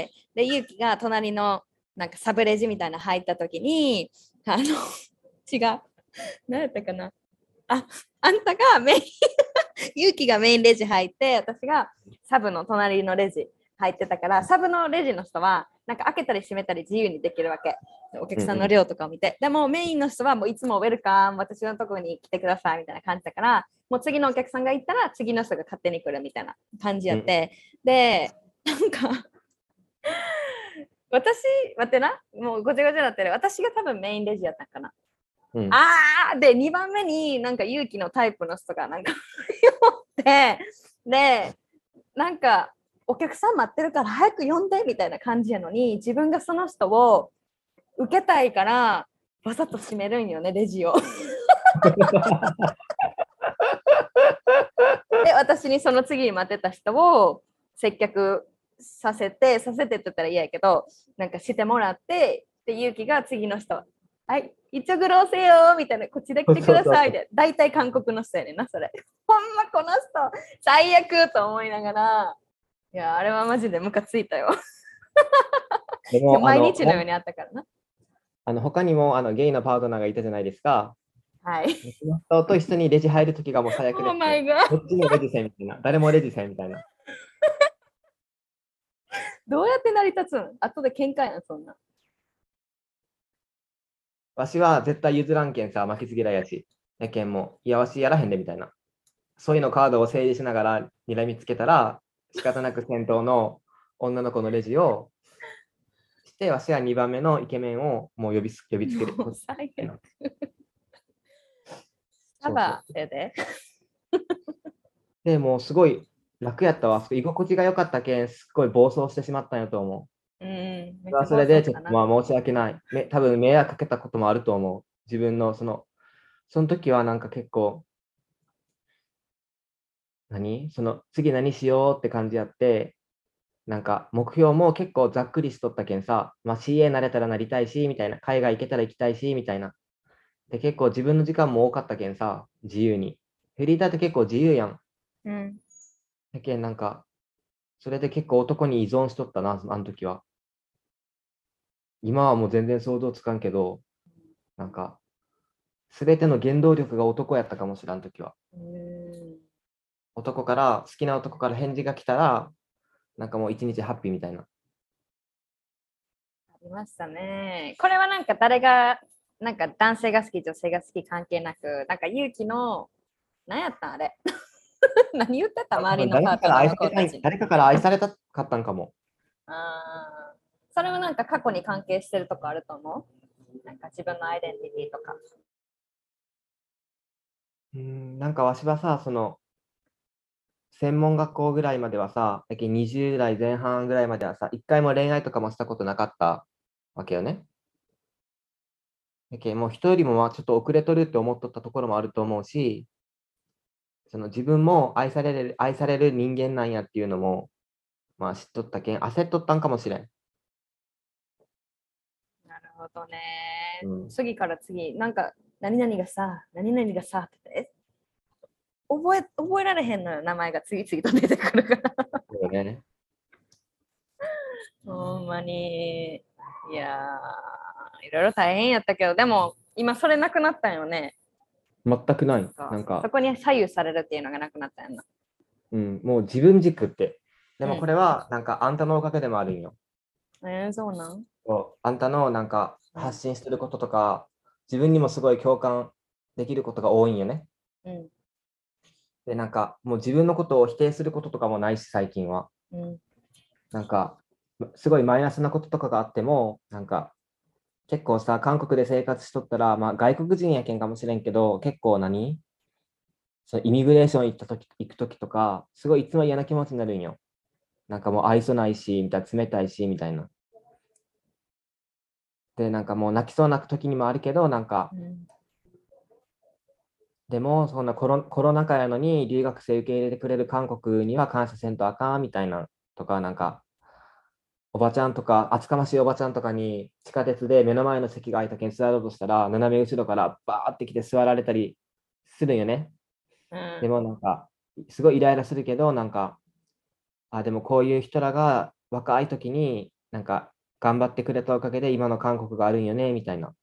で、ゆうきが隣のなんかサブレジみたいな入った時に、違う。何やったかな。あんたがメインゆうきがメインレジ入って私がサブの隣のレジ入ってたからサブのレジの人はなんか開けたり閉めたり自由にできるわけ。お客さんの量とかを見て、でもメインの人はもういつもウェルカム私のところに来てくださいみたいな感じだからもう次のお客さんが行ったら次の人が勝手に来るみたいな感じやって、でなんか私待ってなもうごちゃごちゃだったら私が多分メインレジやったかな。で2番目になんか勇気のタイプの人がなんかってでなんかお客さん待ってるから早く呼んでみたいな感じやのに自分がその人を受けたいからわざと閉めるんよねレジをで私にその次に待ってた人を接客させてって言ったら嫌やけどなんかしてもらってで勇気が次の人はい一応苦労せよみたいなこっちで来てくださいで大体韓国の人やねんなそれほんまこの人最悪と思いながらいやあれはマジでムカついたよでも毎日のようにあったからな他にもゲイのパートナーがいたじゃないですか。 はい。 その人と一緒にレジ入るときがもう最悪で、 Oh my god どっちもレジせんみたいな。誰もレジせんみたいな。 どうやって成り立つん後で喧嘩やんそんなわしは絶対譲らんけんさ、負けず嫌いやし。やけんも、いや、わしやらへんでみたいな。そういうのカードを整理しながら睨みつけたら、仕方なく先頭の女の子のレジをして、わしは2番目のイケメンをもう呼びつける。 もう最悪タバやででもうすごい楽やったわ。居心地が良かったけん、すっごい暴走してしまったんやと思う。 めっちゃそれでちょっとな申し訳ない。多分迷惑かけたこともあると思う。自分のその時はなんか結構、次何しようって感じやって、なんか目標も結構ざっくりしとったけんさ、CA なれたらなりたいし、みたいな、海外行けたら行きたいし、みたいな。で、結構自分の時間も多かったけんさ、自由に。フリーターって結構自由やん。だけんなんか、それで結構男に依存しとったな、あの時は。今はもう全然想像つかんけど、なんか、すべての原動力が男やったかもしれん時は。好きな男から返事が来たら、なんかもう一日ハッピーみたいな。 ありましたね。これはなんか誰が、なんか男性が好き、女性が好き関係なく、なんか勇気の、何やったんあれ何言ってた周りのパートナーの子たちに。 誰かから愛されたかったんかも。 それはなんか過去に関係してるとこあると思うなんか自分のアイデンティティとか。 なんかわしはさ、専門学校ぐらいまではさ、20代前半ぐらいまではさ、一回も恋愛とかもしたことなかったわけよね。もう人よりもちょっと遅れとるって思っとったところもあると思うし、自分も愛される人間なんやっていうのも、知っとったけん、焦っとったんかもしれん。 なるほどね。次から次、なんか、何々がさって言って、覚えられへんのよ、名前が次々と出てくるから。 そうね。 ほんまに、いやいろいろ大変やったけど、でも、今それなくなったんよね。 全くない。なんか、 そこに左右されるっていうのがなくなったんやな。 もう自分軸って。でもこれは、なんかあんたのおかげでもあるんよ。 そうなんあんたのなんか発信してることとか、自分にもすごい共感できることが多いんよね。で、なんかもう自分のことを否定することとかもないし、最近は。なんか、すごいマイナスなこととかがあっても、なんか、結構さ、韓国で生活しとったら、外国人やけんかもしれんけど、結構そのイミグレーション行くときとか、すごいいつも嫌な気持ちになるんよ。なんかもう愛想ないし、みたいな、冷たいし、みたいな。で、なんかもう泣きそうな時にもあるけど、なんか、 うん。 でも、そんなコロナ禍やのに留学生受け入れてくれる韓国には感謝せんとあかんみたいなとか、なんか、おばちゃんとか、厚かましいおばちゃんとかに地下鉄で目の前の席が空いたけん座ろうとしたら、斜め後ろからバーって来て座られたりするんよね。 うん。 でもなんか、すごいイライラするけど、なんか、でもこういう人らが若い時に、なんか、頑張ってくれたおかげで今の韓国があるんよね、みたいな。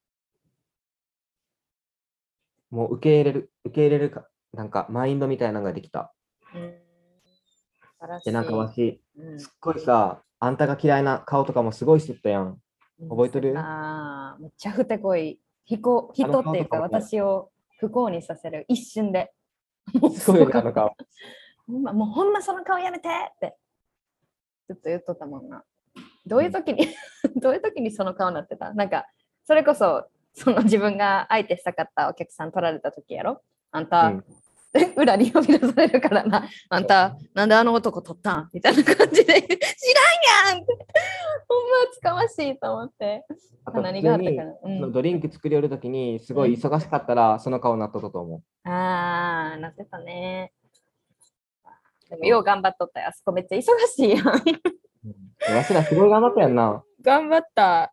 もう受け入れるか、なんか、マインドみたいなのができた。 うん。素晴らで、なんかしい。 わし、 うん。 すっごいさ、あんたが嫌いな顔とかもすごいしとったやん。 うん、して覚えとる？ た。めっちゃふてこい。 あの人っていうか顔とかも、 私を不幸にさせる一瞬で。もうすすごいよね、 ごかった。 あの顔。 もうほんまその顔やめてってずっと言っとったもんな。どういう時にどういう時にその顔になってた？なんか、それこそ、その自分が相手したかったお客さん取られた時やろ？あんた、 うん。 裏に呼び出されるからな。あんた、なんであの男取ったんみたいな感じで、知らんやんって。ほんま厚かましいと思って。 あと、普何があったか通に、 な。うん。 そのドリンク作りよるときに、すごいうん。 忙しかったら、その顔になっとったと思あー、なってたね。でもう。そよう頑張っとったよ。あそこめっちゃ忙しいやん。 う。わしらすごい頑張ったやんな。 頑張った。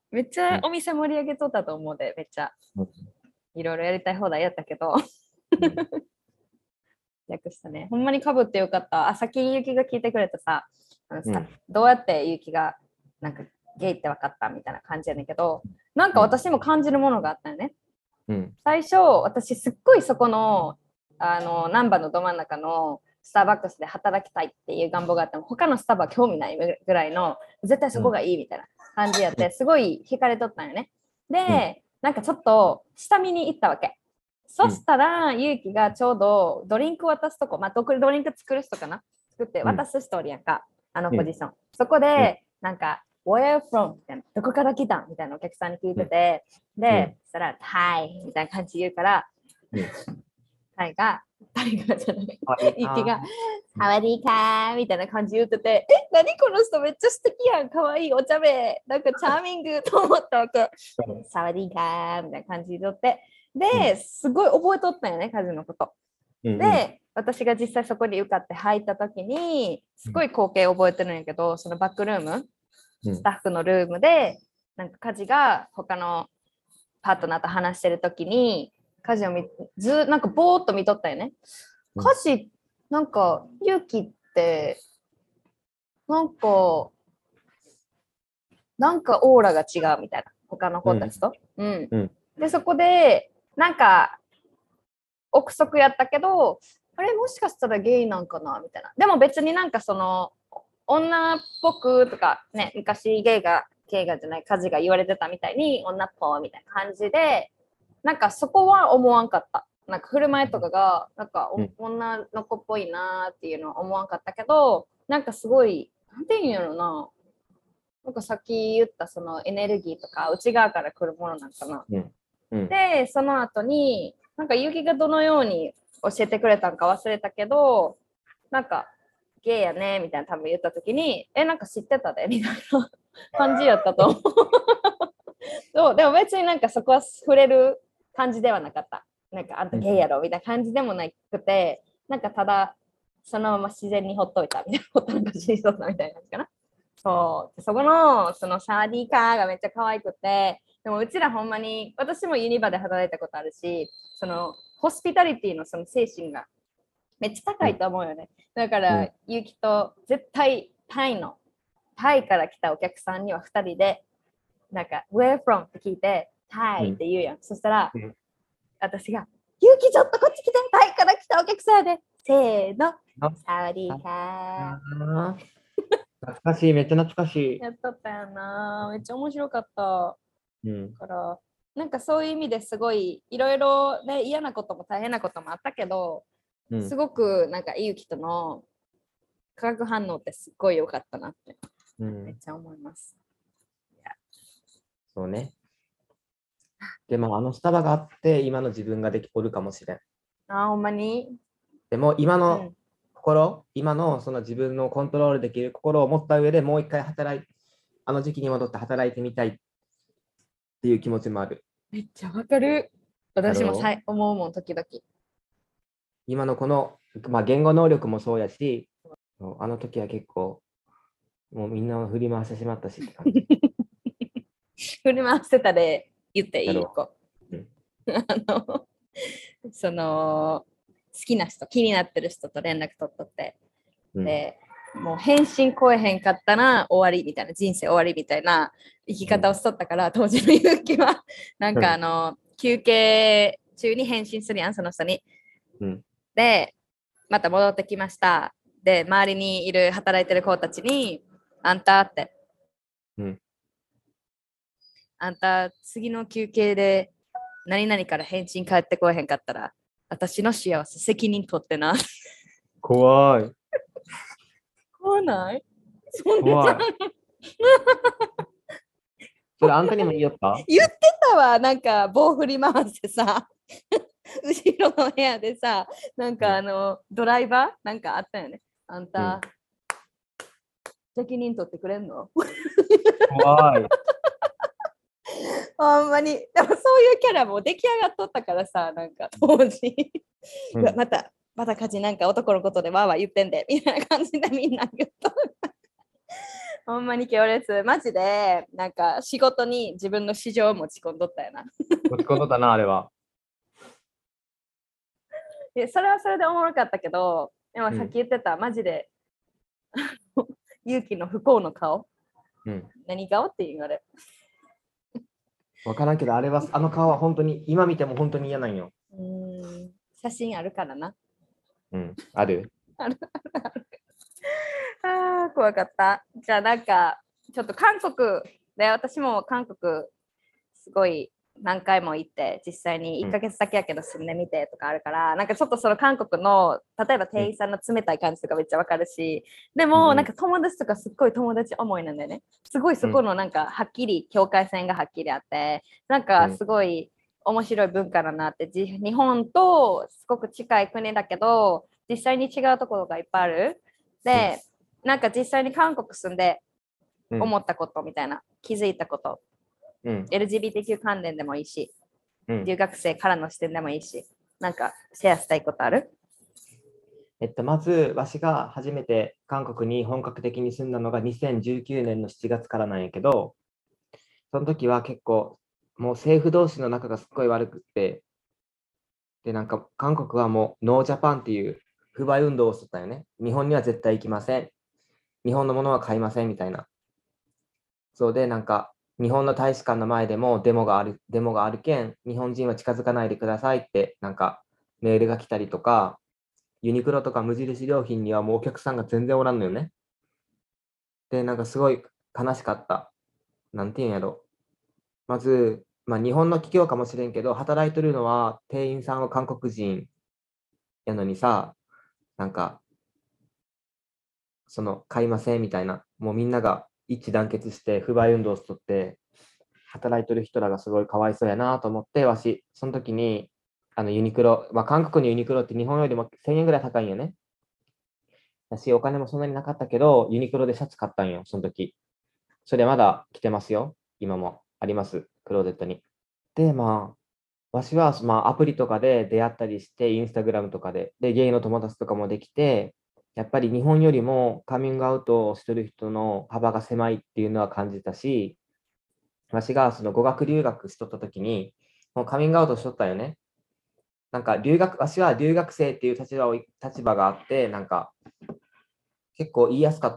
めっちうん。 ゃお店盛り上げとったと思うで、めっちゃ。 うん。 いろいろやりたい放題やったけど、 うん。 略したね。ほんまにかぶってよかった。先にゆきが聞いてくれてさ、 うん。 どうやってゆきがなんかゲイって分かったみたいな感じやねんけど、なんかうん。 私も感じるものがあったよね。 うん。 最初、私すっごいそこの、難波のど真ん中のスターバックスで働きたいっていう願望があっても、他のスタバ興味ないぐらいの、絶対そこがいいみたいな感じやって、すごい惹かれとったんよね。 うん。 で、なんかちょっと下見に行ったわけ。そしうん。 たら、ゆうきがちょうどドリンク渡すとこ、まあ、ドリンク作る人かな、作ってうん。 渡す人おるやんか、あのうん。 ポジション。そこうん。 で、なんか、Where from? みたいな、どこから来たみたいなお客さんに聞いうん。 てて、で、 うん。 そしたら、タイみたいな感じで言うから、 うん。 タイが、タイがじゃない、 あ、いいユキが、 な。 サワディーカーみたいな感じ言ってて、何この人めっちゃ素敵やん、かわいい、お茶目、なんかチャーミングと思ったわけ。サワディーカーみたいな感じで言って、 うん。 で、すごい覚えとったんよね、カズのこと。 うん。うん。 で、私が実際そこに受かって入った時に、すごい光景覚えてるんやけど、そのバックルーム、 うん。 スタッフのルームで、なんかカジが他のパートナーと話してる時に、カジをなんかぼーっと見とったよね。 うん。 カジ、なんか、勇気って、なんか、なんかオーラが違うみたいな。他のうん。 子たちと。うん。 うん。 で、そこで、なんか、憶測やったけど、あれもしかしたらゲイなんかなみたいな。でも別になんかその、女っぽくとかね、昔ゲイがじゃない、カジが言われてたみたいに、女っぽいみたいな感じで、なんかそこは思わんかった。なんか振る舞いとかが、なんかうん。 女の子っぽいなーっていうのは思わんかったけど、なんかすごい、なんていうんやろな。なんかさっき言ったそのエネルギーとか内側から来るものなんかな。 うん。うん。 で、その後に、なんか結城がどのように教えてくれたんか忘れたけど、なんか、ゲイやねみたいな多分言った時に、なんか知ってたでみたいな感じやったと思う。そうでも別になんかそこは触れる感じではなかった。なんかあんたゲイやろみたいな感じでもなくて、なんかただそのまま自然にほっといたみたいな、ほったらかしにしとったみたいな感じかな。そう。そこのそのサーディーカーがめっちゃ可愛くて、でもうちらほんまに、私もユニバで働いたことあるし、そのホスピタリティのその精神がめっちゃ高いと思うよね。だから、ゆうきと絶対タイから来たお客さんには2人で、なんか、Where from? って聞いて、タイって言うやん。そしたら、私が、ゆうきちょっとこっち来て、タイから来たお客さんで、せーの、サワディーカ懐かしい、めっちゃ懐かしー。 い。 やっとったよな。めっちゃ面白かった。 うん。 から、なんかそういう意味ですごい、いろいろね、嫌なことも大変なこともあったけど、 うん。 すごくなんか、ゆうきとの化学反応ってすっごい良かったなって、 うん。 めっちゃ思います。 そうね。でも、あのスタバがあって、今の自分がおるかもしれん。 あ、ほんまにでも今うのん心、今のその自分のコントロールできる心を持った上でもう一回あの時期に戻って働いてみたいっていう気持ちもある。 めっちゃわかる。私もだろう思うもん、時々。 今のこの、まあ、言語能力もそうやし、あの時は結構、もうみんなを振り回してしまったしって感じ。 振り回してたで言ってだいい子。 ろう。うん。 あの、その、好きな人、気になってる人と連絡取っとって。 うん。 で、もう返信来えへんかったら終わりみたいな、人生終わりみたいな生き方をしとったから、当時の勇気は、なんか休憩中に返信するやん、その人に。 うん。 で、また戻ってきました。で、周りにいる働いてる子たちに、あんたって、 うん。 あんた次の休憩で何々から返信返ってこえへんかったら、私の幸せ責任取ってな。 怖い。 怖ないそんな怖い。それあんたにも言いよった？ 言ってたわ、なんか棒振り回してさ、後ろの部屋でさ、なんかうん。 ドライバーなんかあったよね。あんた、 うん。 責任取ってくれんの怖い。 ほんまに。でもそういうキャラも出来上がっとったからさ、なんか当時。 うん。 また家事なんか男のことでわーわー言ってんで、みたいな感じでみんな言っと。ほんまに強烈。マジで、なんか仕事に自分の市場を持ち込んどったよな。 持ち込んどったな、あれは。 で、それはそれでおもろかったけど、でもさっきうん。 言ってた、マジで勇気の不幸の顔。 うん。 何顔っていうのあれ。 わからんけど、あれは、あの顔は本当に、今見ても本当に嫌なんよ。 写真あるからな。 うん。ある。 あるあー怖かった。じゃあなんか、ちょっと韓国で、私も韓国すごい何回も行って、実際に1 うん。 ヶ月だけやけど住んでみてとかあるから、なんかちょっとその韓国の、例えばうん。 店員さんの冷たい感じとかめっちゃわかるし、でうん。 もなんうん。 か友達とかすっごい友達思いなんだよね。すごいそこうん。 のなんかはっきり境界線がはっきりあって、なんかすごい面白い文化だなって、日本とすごく近い国だけど、実際に違うところがいっぱいある。 うん。 で、なんか実際に韓国住んでうん。 思ったことみたいな、気づいたこと、 うん。 LGBTQ 関連でもいいし、 うん。 留学生からの視点でもいいし、なんかシェアしたいことある？ まず、わしが初めて韓国に本格的に住んだのが2019年の7月からなんやけど、その時は結構、もう政府同士の仲がすっごい悪くって、で、なんか韓国はもうノージャパンっていう不買運動をしてたよね。日本には絶対行きません。日本のものは買いませんみたいな。そうで、なんか日本の大使館の前でもデモがあるけん、日本人は近づかないでくださいって、なんかメールが来たりとか、ユニクロとか無印良品にはもうお客さんが全然おらんのよね。で、なんかすごい悲しかった。なんていうんやろ。まず、まあ、日本の企業かもしれんけど、働いてるのは店員さんは韓国人やのにさ、なんか、その、買いませんみたいな、もうみんなが一致団結して不買運動をしとって、働いてる人らがすごいかわいそうやなと思って、わし、その時に、ユニクロ、まあ、韓国のユニクロって日本よりも1000円ぐらい高いんよね。だし、お金もそんなになかったけど、ユニクロでシャツ買ったんよ、その時。それまだ着てますよ。今もあります、クローゼットに。で、まあ、わしは、まあ、アプリとかで出会ったりして、インスタグラムとかで、ゲイの友達とかもできて、やっぱり日本よりもカミングアウトをしてる人の幅が狭いっていうのは感じたし、わしがその語学留学しとった時に、もうカミングアウトしとったよね。なんかわしは留学生っていう立場があって、なんか結構言いやすかった。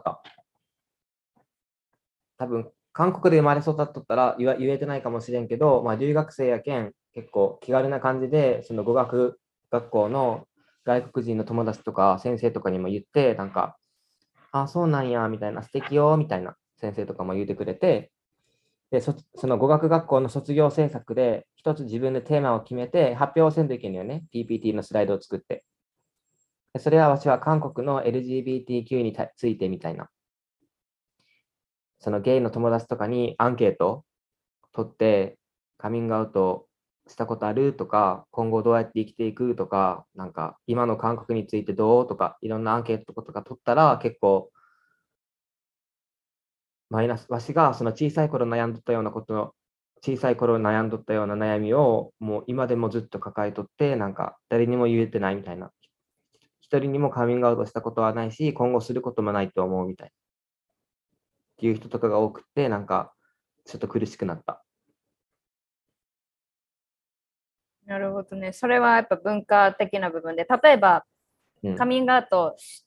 多分、韓国で生まれ育っとったら言えてないかもしれんけど、まあ、留学生やけん、結構気軽な感じで、その語学学校の外国人の友達とか先生とかにも言って、なんか、あ、そうなんや、みたいな、素敵よ、みたいな先生とかも言ってくれて、で、その語学学校の卒業制作で、一つ自分でテーマを決めて発表せんといけんのよね。PPT のスライドを作って。でそれは私は韓国の LGBTQ についてみたいな。そのゲイの友達とかにアンケート取って、カミングアウトしたことあるとか、今後どうやって生きていくとか、なんか今の韓国についてどうとか、いろんなアンケートとか取ったら結構マイナス、わしがその小さい頃悩んどったようなことの、小さい頃悩んどったような悩みをもう今でもずっと抱えとって、なんか誰にも言えてないみたいな。一人にもカミングアウトしたことはないし、今後することもないと思うみたいな。っていう人とかが多くて、なんかちょっと苦しくなった。 なるほどね。それはやっぱ文化的な部分で、例えばカミングアウトして、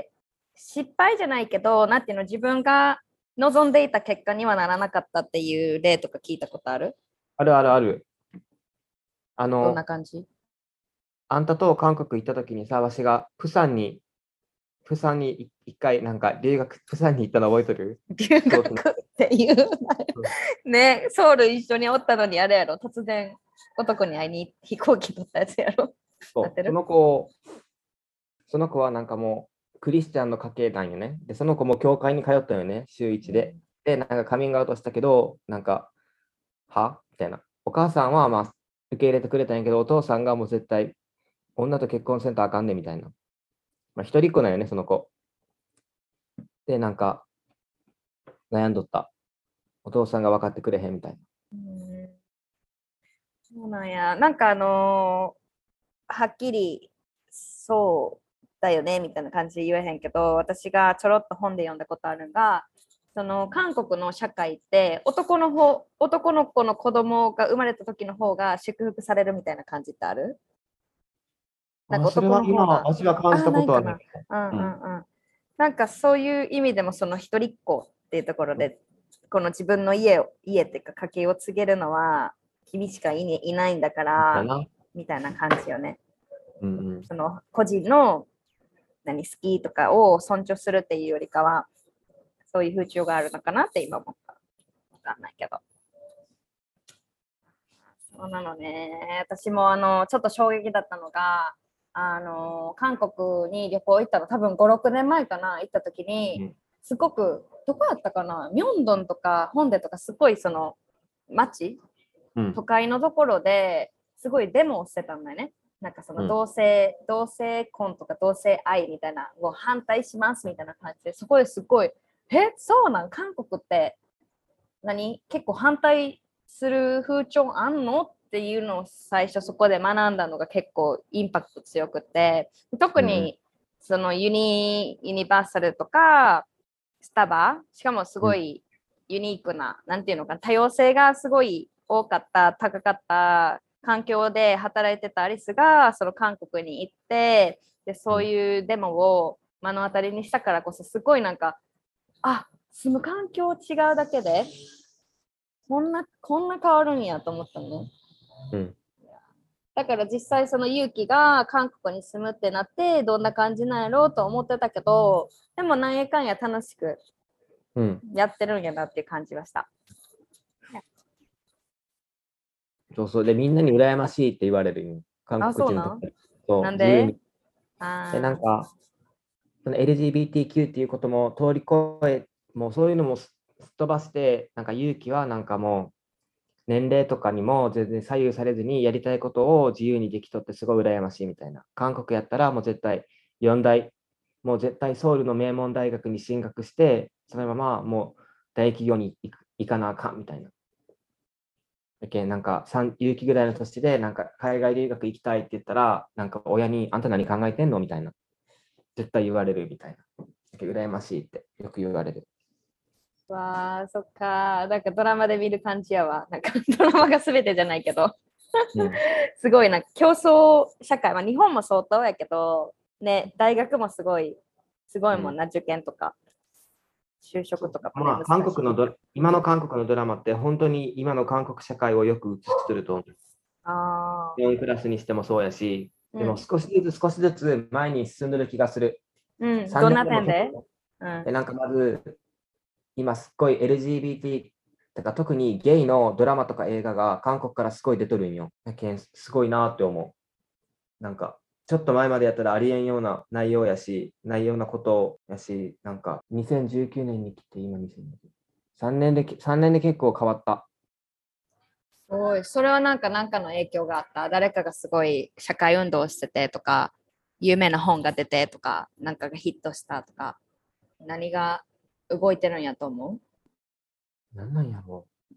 失敗じゃないけど、なんていうの、自分が望んでいた結果にはならなかったっていう例とか聞いたことある？ あるあるある。 どんな感じ？ あんたと韓国行った時にさ、わしがプサンに一回なんか留学、プサンに行ったの覚えてる？ 留学っていうね、ソウル一緒におったのにあれやろ、突然男に会いに飛行機取ったやつやろ。 そう、その子はなんかもうクリスチャンの家系なんよね。で、その子も教会に通ったよね、週1で。で、なんかカミングアウトしたけど、なんか、みたいな。お母さんはまあ受け入れてくれたんやけど、お父さんがもう絶対女と結婚せんとあかんねみたいな。まあ、一人っ子なんよね、その子。で、なんか悩んどった。お父さんが分かってくれへんみたいな。 そうなんや。なんかはっきりそうだよねみたいな感じで言えへんけど、私がちょろっと本で読んだことあるのが、その韓国の社会って男の子の子供が生まれた時の方が祝福されるみたいな感じってある？なんかそれ男は今、 の方が、 私は感じたないかな。 ことはない。 うんううん。 んうん。なんかそういう意味でもその一人っ子っていうところで、この自分の家っていうか家計を継げるのは君しかいないんだから、 だな。 みたいな感じよね。 うんうん。 その個人の好きとかを尊重するっていうよりかは、そういう風潮があるのかなって今思った。わかんないけど。そうなのね。私もちょっと衝撃だったのが、韓国に旅行行ったの多分5、6年前かな、行った時に、すごく、どこやったかな、ミョンドンとかホンデとかすごいその街、都会のところですごいデモをしてたんだよね。なんかその同性婚とか同性愛みたいなを反対しますみたいな感じで、そこですごい、そうなん韓国って結構反対する風潮あんのっていうのを最初そこで学んだのが結構インパクト強くて、特にそのユニバーサルとかスタバ、しかもすごいユニークな、なんていうのか、多様性がすごい多かった、高かった環境で働いてたアリスがその韓国に行って、でそういうデモを目の当たりにしたからこそ、すごいなんか、住む環境違うだけでこんな変わるんやと思ったのね。だから実際その勇気が韓国に住むってなってどんな感じなんやろうと思ってたけど、でもなんやかんや楽しくやってるんやなっていう感じはした。 そうそう。で、みんなに羨ましいって言われるよ。韓国人とか。 なんで？ なんか、その LGBTQ っていうことも通り越え、もうそういうのもすっ飛ばして、なんか勇気はなんかもう、年齢とかにも全然左右されずにやりたいことを自由にできとってすごい羨ましいみたいな。韓国やったらもう絶対4大、もう絶対ソウルの名門大学に進学して、そのままもう大企業に行かなあかんみたいな。だけなんか有期ぐらいの年でなんか海外留学行きたいって言ったら、なんか親にあんた何考えてんのみたいな。絶対言われるみたいな。だけ羨ましいってよく言われる。 わあ、そっか。なんかドラマで見る感じやわ。なんかドラマが全てじゃないけど。すごいなんか競争社会、日本も相当やけど、ね、大学もすごいもんな、受験とか、就職とかもね、難しい。 今の韓国のドラマって本当に今の韓国社会をよく映してると思う。4クラスにしてもそうやし、でも少しずつ前に進んでる気がする。 どんな点で？ なんかまず、今すっごい LGBT とか特にゲイのドラマとか映画が韓国からすごい出とるんよ。すごいなって思う。なんかちょっと前までやったらありえんような内容やし、内容なことやし、なんか2019年に来て今2020 3年で結構変わった。 すごい。それはなんかの影響があった。誰かがすごい社会運動をしててとか、有名な本が出てとか、なんかがヒットしたとか、何が動いてるんやと思う？ なんなんやろう。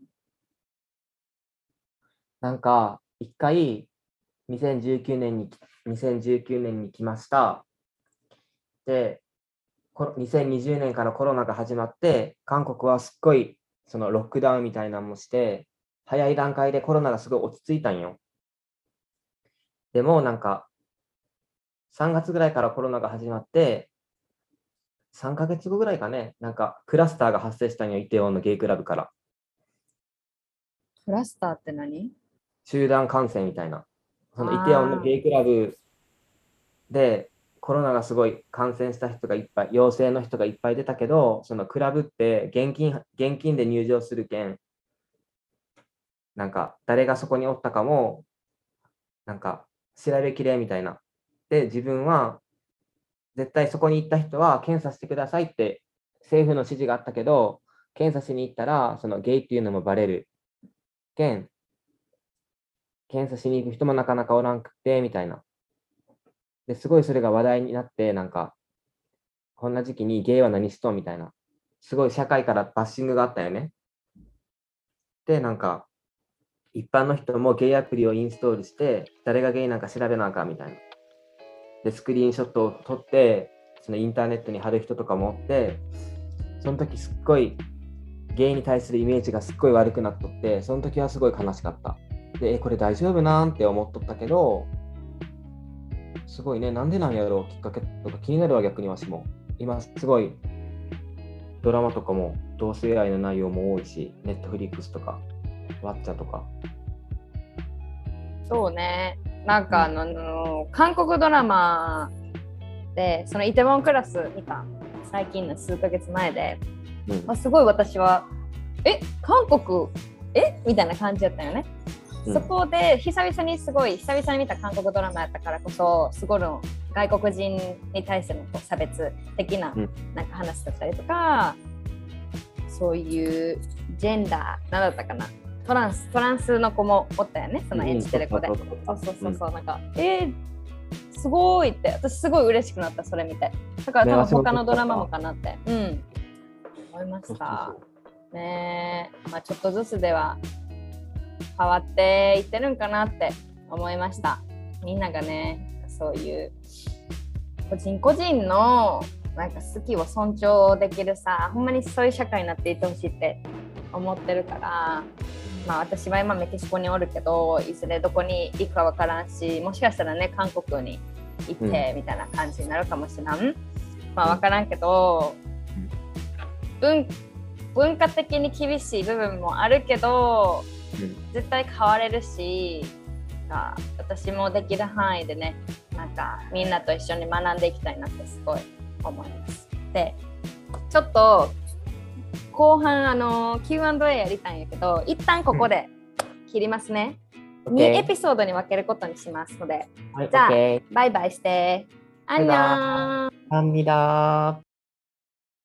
なんか、一回、2019年に、2019年に来ました。で、2020年からコロナが始まって、韓国はすっごいそのロックダウンみたいなのもして、早い段階でコロナがすごい落ち着いたんよ。でもなんか、3月ぐらいからコロナが始まって、3ヶ月後ぐらいかね、なんかクラスターが発生したんよ、イテウォンのゲイクラブから。 クラスターって何？ 集団感染みたいな。そのイテウォンのああ、 ゲイクラブで、コロナがすごい感染した人がいっぱい、陽性の人がいっぱい出たけど、そのクラブって現金で入場するけん、なんか誰がそこにおったかも、なんか調べきれみたいな。で、自分は絶対そこに行った人は検査してくださいって政府の指示があったけど、検査しに行ったら、そのゲイっていうのもバレるけん、検査しに行く人もなかなかおらんくて、みたいな。ですごいそれが話題になって、なんか、こんな時期にゲイは何しとんみたいな。すごい社会からバッシングがあったよね。で、なんか、一般の人もゲイアプリをインストールして、誰がゲイなんか調べなあかんみたいな。で、スクリーンショットを撮って、そのインターネットに貼る人とかもおって、その時すっごいゲイに対するイメージがすっごい悪くなっとって、その時はすごい悲しかった。で、これ大丈夫なんて思っとったけど、すごいね、なんでなんやろうきっかけとか気になるわ、逆にわしも。今すごいドラマとかも同性愛の内容も多いし、ネットフリックスとか、ワッチャとか。 そうね。韓国ドラマで、そのイテウォンクラス見た。最近の数ヶ月前で。すごい私は、韓国、みたいな感じだったよね。そこで久々に見た韓国ドラマやったからこそ、すごい外国人に対しての差別的ななんか話だったりとか、そういうジェンダー、なんだったかな、トランスの子もおったよね、その演じてる子で。そうなんか、すごいって、私すごい嬉しくなった、それ見て。だから多分他のドラマもかなって、思いました。ねえ、まあちょっとずつでは変わっていってるんかなって思いました。みんながね、そういう個人個人のなんか好きを尊重できるさ、ほんまにそういう社会になっていってほしいって思ってるから、まあ私は今メキシコにおるけど、いずれどこに行くかわからんし、もしかしたらね韓国に行ってみたいな感じになるかもしれん。まあわからんけど、文化的に厳しい部分もあるけど、絶対変われるし、私もできる範囲でね、なんかみんなと一緒に学んでいきたいなってすごい思います。で、ちょっと後半Q&A やりたいんやけど、一旦ここで切りますね。2エピソードに分けることにしますので、じゃあバイバイして。アンニョン。 감사합니다.